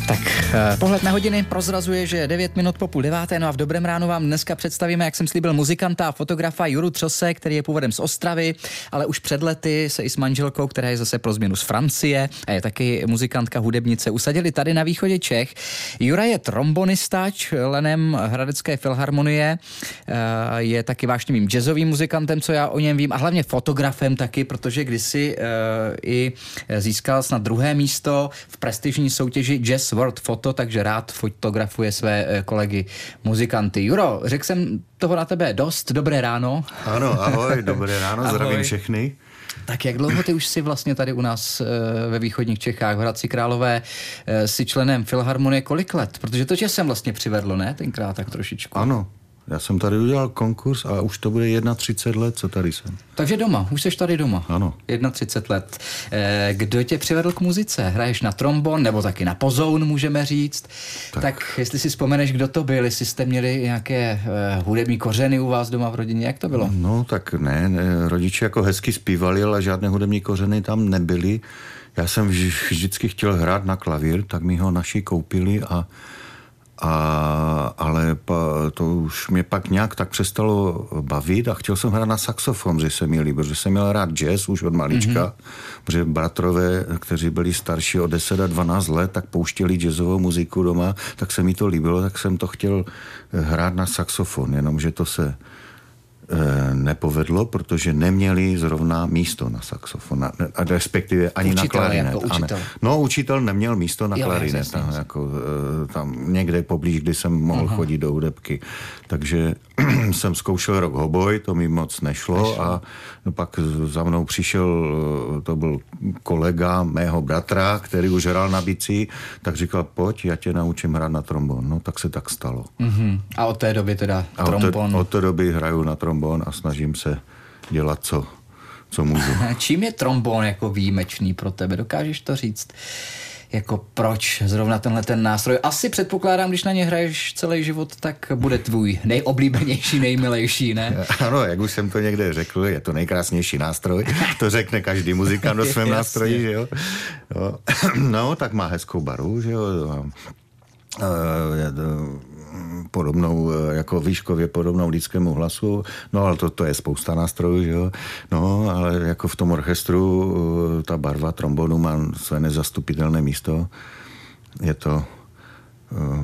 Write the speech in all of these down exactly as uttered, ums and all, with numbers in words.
Tak pohled na hodiny prozrazuje, že devět minut po půl deváté, no a v Dobrém ránu vám dneska představíme, jak jsem slíbil, muzikanta a fotografa Juru Třose, který je původem z Ostravy, ale už před lety se i s manželkou, která je zase pro změnu z Francie a je taky muzikantka, hudebnice, usadili tady na východě Čech. Jura je trombonista, členem Hradecké filharmonie, je taky vášnivým jazzovým muzikantem, co já o něm vím, a hlavně fotografem taky, protože kdysi i získal snad druhé místo v prestižní soutěži Jazz World Photo, takže rád fotografuje své kolegy muzikanty. Juro, řekl jsem toho na tebe dost, dobré ráno. Ano, ahoj, dobré ráno, ahoj. Zdravím všechny. Tak jak dlouho ty už jsi vlastně tady u nás ve východních Čechách, v Hradci Králové, jsi členem Filharmonie kolik let? Protože to tě sem vlastně přivedlo, ne? Tenkrát tak trošičku. Ano. Já jsem tady udělal konkurs a už to bude třicet jedna let, co tady jsem. Takže doma, už jsi tady doma. Ano. třicet jedna let. Kdo tě přivedl k muzice? Hraješ na trombon, nebo taky na pozoun, můžeme říct. Tak, tak jestli si vzpomeneš, kdo to byl, jestli jste měli nějaké hudební kořeny u vás doma v rodině, jak to bylo? No tak ne, ne rodiče jako hezky zpívali, ale žádné hudební kořeny tam nebyly. Já jsem vždycky chtěl hrát na klavír, tak mi ho naši koupili a A, ale pa, to už mě pak nějak tak přestalo bavit a chtěl jsem hrát na saxofon, že se mi líbil, že jsem měl rád jazz už od malička, mm-hmm. protože bratrové, kteří byli starší o deset a dvanáct let, tak pouštěli jazzovou muziku doma, tak se mi to líbilo, tak jsem to chtěl hrát na saxofon, jenomže to se e, nepovedlo, protože neměli zrovna místo na saxofon, a respektive ani učitel, na klarinet. Jako učitel. No, učitel neměl místo na jo, klarinet, tam, jako, tam někde poblíž, kdy jsem mohl Aha. chodit do hudebky. Takže jsem zkoušel rok hoboj, to mi moc nešlo, nešlo. A no, pak za mnou přišel, to byl kolega mého bratra, který už hrál na bicí, tak říkal, pojď, já tě naučím hrát na trombon. No, tak se tak stalo. Mm-hmm. A od té doby teda a trombon? Od té, od té doby hraju na trombon a snažím se dělat, co, co můžu. Čím je trombon jako výjimečný pro tebe? Dokážeš to říct? Jako proč zrovna tenhle ten nástroj? Asi předpokládám, když na ně hraješ celý život, tak bude tvůj nejoblíbenější, nejmilejší, ne? Ano, jak už jsem to někde řekl, je to nejkrásnější nástroj. To řekne každý muzikant o svém nástroji, že jo? jo? No, tak má hezkou barvu, že jo? Podobnou, jako výškově podobnou lidskému hlasu, no ale to, to je spousta nástrojů, že jo, no ale jako v tom orchestru ta barva trombonu má své nezastupitelné místo, je to uh,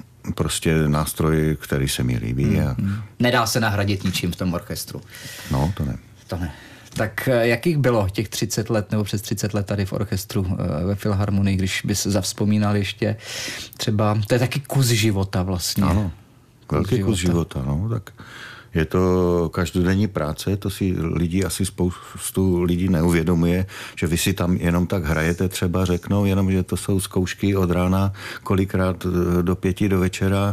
prostě nástroj, který se mi líbí. A... Nedá se nahradit ničím v tom orchestru. No, to ne. To ne. Tak jakých bylo těch třicet let nebo přes třicet let tady v orchestru ve Filharmonii, když bys zavzpomínal ještě třeba, to je taky kus života vlastně. Ano, velký kus života, no, tak je to každodenní práce, to si lidi, asi spoustu lidí neuvědomuje, že vy si tam jenom tak hrajete, třeba řeknou, jenom že to jsou zkoušky od rána, kolikrát do pěti do večera,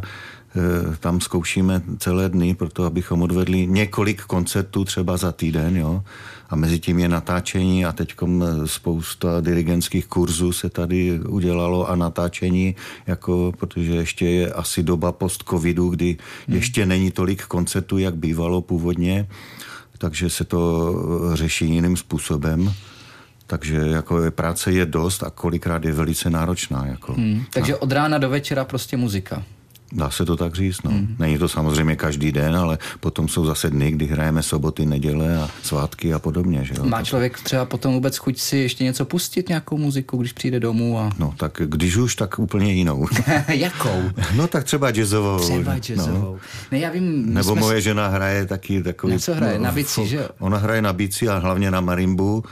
tam zkoušíme celé dny, proto abychom odvedli několik koncertů třeba za týden, jo. A mezi tím je natáčení a teďkom spousta dirigentských kurzů se tady udělalo a natáčení, jako, protože ještě je asi doba post-covidu, kdy hmm. ještě není tolik koncertů, jak bývalo původně, takže se to řeší jiným způsobem. Takže jako práce je dost a kolikrát je velice náročná. Jako. Hmm. Takže od rána do večera prostě muzika. Dá se to tak říct, no. Mm. Není to samozřejmě každý den, ale potom jsou zase dny, kdy hrajeme soboty, neděle a svátky a podobně, že jo. Má člověk třeba potom vůbec chuť si ještě něco pustit, nějakou muziku, když přijde domů a... No, tak když už, tak úplně jinou. Jakou? No, tak třeba jazzovou. Třeba jazzovou. No. Ne, já vím... Nebo jsme... moje žena hraje taky takový... Na co hraje? No, na bicí, že jo? Ona hraje na bicí a hlavně na marimbu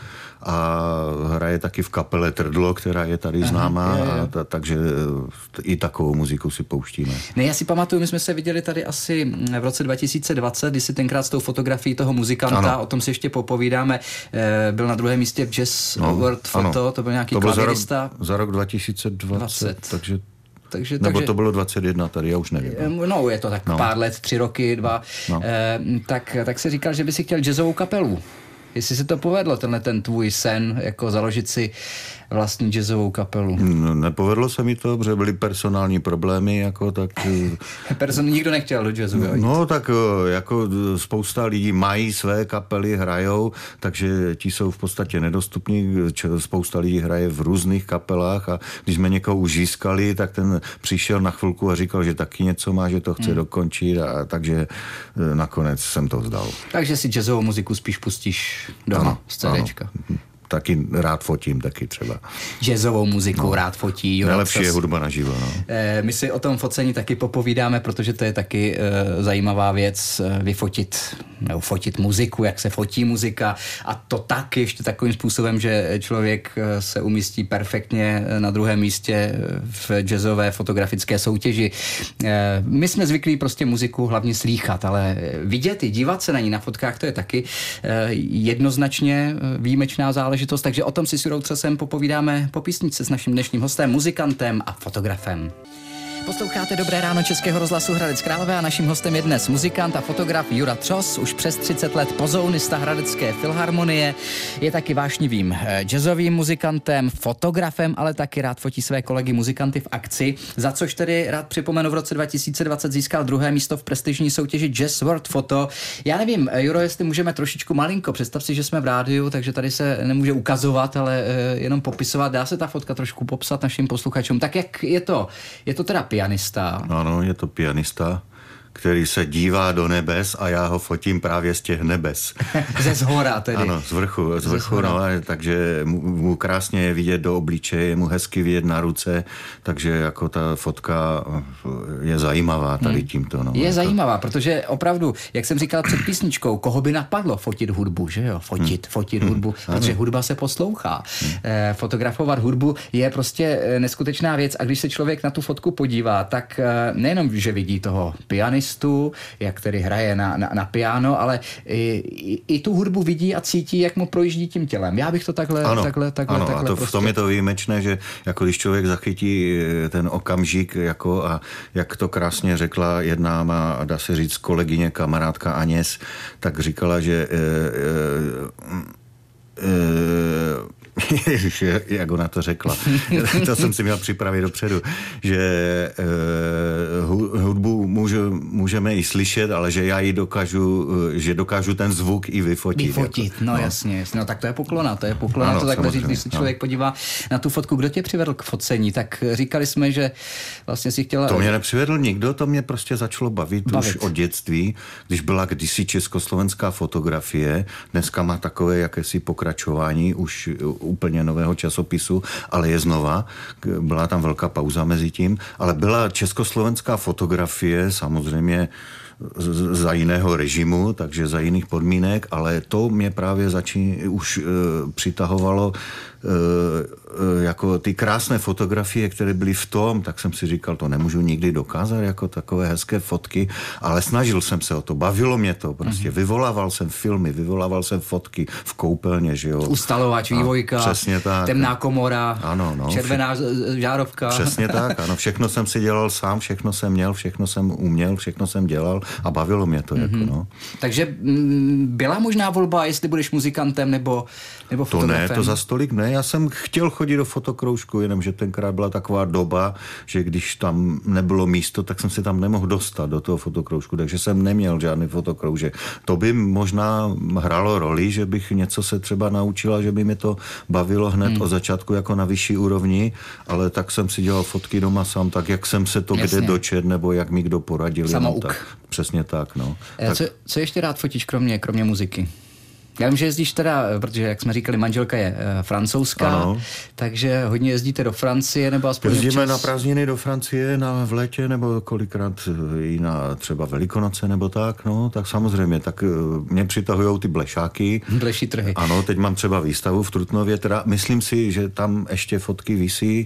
a hraje taky v kapele Trdlo, která je tady Aha, známá, je, je. A ta, takže i takovou muziku si pouštíme. Ne, já si pamatuju, my jsme se viděli tady asi v roce dva tisíce dvacet, kdy si tenkrát s tou fotografií toho muzikanta, ano. O tom si ještě popovídáme, byl na druhém místě v Jazz no, World Photo, ano. To byl nějaký to byl klavirista. Za rok, za rok dva tisíce dvacet, dvacet. takže... Takže, Nebo takže, to bylo dvacet jedna tady, já už nevím. No, je to tak no. pár let, tři roky, dva. No. Eh, tak, tak si říkal, že by si chtěl jazzovou kapelu. Jestli se to povedlo, tenhle ten tvůj sen, jako založit si vlastní jazzovou kapelu? No, nepovedlo se mi to, protože byly personální problémy, jako tak... Person, nikdo nechtěl do jazzu, jo? No, tak jako spousta lidí mají své kapely, hrajou, takže ti jsou v podstatě nedostupní. Spousta lidí hraje v různých kapelách a když jsme někoho už získali, tak ten přišel na chvilku a říkal, že taky něco má, že to chce hmm. dokončit, a takže nakonec jsem to vzdal. Takže si jazzovou muziku spíš pustíš doma ano, z CDčka. Ano. Taky rád fotím, taky třeba. Jazzovou muziku no. rád fotí. Nejlepší je hudba naživo. No. E, my si o tom focení taky popovídáme, protože to je taky e, zajímavá věc, vyfotit, nebo fotit muziku, jak se fotí muzika, a to tak ještě takovým způsobem, že člověk se umístí perfektně na druhém místě v jazzové fotografické soutěži. E, my jsme zvyklí prostě muziku hlavně slýchat, ale vidět i dívat se na ní na fotkách, to je taky e, jednoznačně výjimečná záležitost. Takže o tom si s Jurou Třosem popovídáme po písničce s naším dnešním hostem, muzikantem a fotografem. Posloucháte Dobré ráno Českého rozhlasu Hradec Králové a naším hostem je dnes muzikant a fotograf Jura Třos, už přes třicet let pozounista Hradecké filharmonie, je taky vášnivým jazzovým muzikantem, fotografem, ale taky rád fotí své kolegy muzikanty v akci, za což tedy rád připomenu v roce dva tisíce dvacet získal druhé místo v prestižní soutěži Jazz World Photo. Já nevím, Juro, jestli můžeme trošičku malinko, představ si, že jsme v rádiu, takže tady se nemůže ukazovat, ale jenom popisovat, dá se ta fotka trošku popsat našim posluchačům. Tak jak je to? Je to teda pianista. Ano, je to pianista, který se dívá do nebes a já ho fotím právě z těch nebes. Ze zhora tedy. Ano, z vrchu, z vrchu, no, takže mu, mu krásně je vidět do obličeje, je mu hezky vidět na ruce, takže jako ta fotka je zajímavá tady hmm. tímto. No, je jako... zajímavá, protože opravdu, jak jsem říkal před písničkou, koho by napadlo fotit hudbu, že jo? Fotit, hmm. fotit hmm. hudbu, hmm. protože hudba se poslouchá. Hmm. E, fotografovat hudbu je prostě neskutečná věc a když se člověk na tu fotku podívá, tak nejenom, že vidí toho pianistu, jak tedy hraje na, na, na piano, ale i, i, i tu hudbu vidí a cítí, jak mu projíždí tím tělem. Já bych to takhle ano, takhle, takhle, ano, takhle a to, prostě... v tom je to výjimečné, že jako když člověk zachytí ten okamžik jako a jak to krásně řekla jedna má, dá se říct, kolegyně, kamarádka Aněs, tak říkala, že e, e, e, Ježiš, jak ona to řekla. To jsem si měl připravit dopředu, že uh, hudbu může, můžeme i slyšet, ale že já ji dokážu, že dokážu ten zvuk i vyfotit. Vyfotit, jako. no, no jasně, jasně. No tak to je poklona, to je poklona, ano, to takhle říct, když se člověk no. podívá na tu fotku. Kdo tě přivedl k focení? Tak říkali jsme, že vlastně si chtěla... To mě nepřivedl nikdo, to mě prostě začalo bavit, bavit. už od dětství, když byla kdysi československá fotografie, dneska má takové jakési pokračování, už úplně nového časopisu, ale je znova. Byla tam velká pauza mezi tím, ale byla československá fotografie, samozřejmě za jiného režimu, takže za jiných podmínek, ale to mě právě začí, už e, přitahovalo e, e, jako ty krásné fotografie, které byly v tom, tak jsem si říkal, to nemůžu nikdy dokázat, jako takové hezké fotky, ale snažil jsem se o to, bavilo mě to, prostě mm-hmm. vyvolával jsem filmy, vyvolával jsem fotky v koupelně, že jo. Ustalovač, vývojka, přesně tak, temná komora, ano, no, červená vše, žárovka. Přesně tak, ano, všechno jsem si dělal sám, všechno jsem měl, všechno jsem uměl, všechno jsem dělal a bavilo mě to. Mm-hmm. Jako, no. Takže m, byla možná volba, jestli budeš muzikantem nebo, nebo fotografem? To ne, to za stolik ne. Já jsem chtěl chodit do fotokroužku, jenomže tenkrát byla taková doba, že když tam nebylo místo, tak jsem se tam nemohl dostat do toho fotokroužku, takže jsem neměl žádný fotokroužek. To by možná hrálo roli, že bych něco se třeba naučila, že by mi to bavilo hned hmm. od začátku jako na vyšší úrovni, ale tak jsem si dělal fotky doma sám, tak jak jsem se to Jasně. kde dočet, nebo jak mi kdo poradil. Samouk. Tak, přesně tak, no. Tak... Co, co ještě rád fotíš kromě, kromě muziky? Já vím, že jezdíš teda, protože jak jsme říkali, manželka je e, francouzská, ano. takže hodně jezdíte do Francie, nebo aspoň Jezdíme občas... na prázdniny do Francie na, v létě, nebo kolikrát i na třeba Velikonoce, nebo tak, no, tak samozřejmě, tak mě přitahujou ty blešáky. Bleší trhy. Ano, teď mám třeba výstavu v Trutnově, teda myslím si, že tam ještě fotky visí.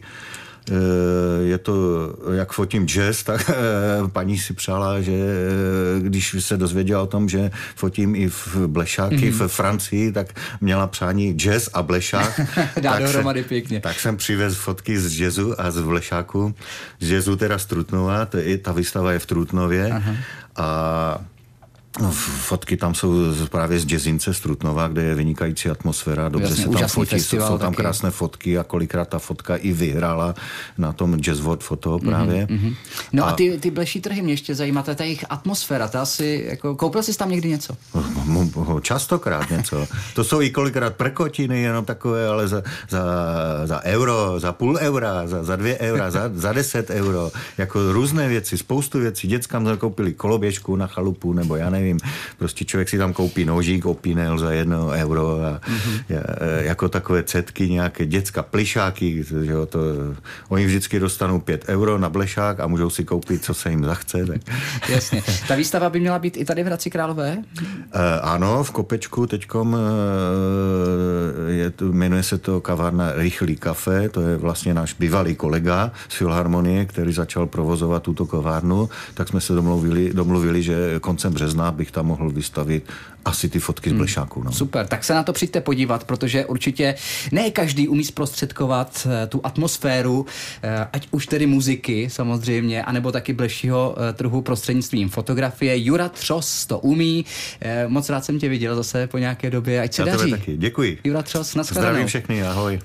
Je to, jak fotím jazz, tak paní si přála, že když se dozvěděla o tom, že fotím i v blešáky mm-hmm. v Francii, tak měla přání jazz a blešák. Dá dohromady pěkně. Tak jsem přivez fotky z jazzu a z blešáku. Z jazzu teda z Trutnova, to je, ta výstava je v Trutnově. Aha. A No, fotky tam jsou právě z Jazzince z Trutnova, kde je vynikající atmosféra, dobře Jasně, se tam fotí, festival, jsou tam taky. krásné fotky a kolikrát ta fotka i vyhrála na tom Jazz World Photo právě. Mm-hmm. No a, a ty, ty bleší trhy mě ještě zajímá, ta jejich atmosféra, ta asi, jako, koupil jsi tam někdy něco? Častokrát něco. To jsou i kolikrát prkotiny, jenom takové, ale za, za, za euro, za půl eura, za, za dvě eura, za, za deset euro, jako různé věci, spoustu věcí. Dětskám jsme koupili koloběžku na chalupu, nebo já nevím, prostě člověk si tam koupí nožík, opinel za jedno euro a mm-hmm. jako takové cetky, nějaké děcka, plišáky, že jo, to, oni vždycky dostanou pět euro na blešák a můžou si koupit, co se jim zachce. Tak. Jasně. Ta výstava by měla být i tady v Hradci Králové? E, ano, v Kopečku teďkom je, jmenuje se to kavárna Rychlý kafe, to je vlastně náš bývalý kolega z Filharmonie, který začal provozovat tuto kavárnu, tak jsme se domluvili, domluvili, že koncem března bych tam mohl vystavit asi ty fotky z blešáků. No. Super, tak se na to přijďte podívat, protože určitě ne každý umí zprostředkovat tu atmosféru, ať už tedy muziky samozřejmě, anebo taky blešího trhu prostřednictvím fotografie. Jura Třos to umí. Moc rád jsem tě viděl zase po nějaké době. Ať se Já daří. Taky. Děkuji. Jura Třos, nashledanou. Zdravím všechny, ahoj.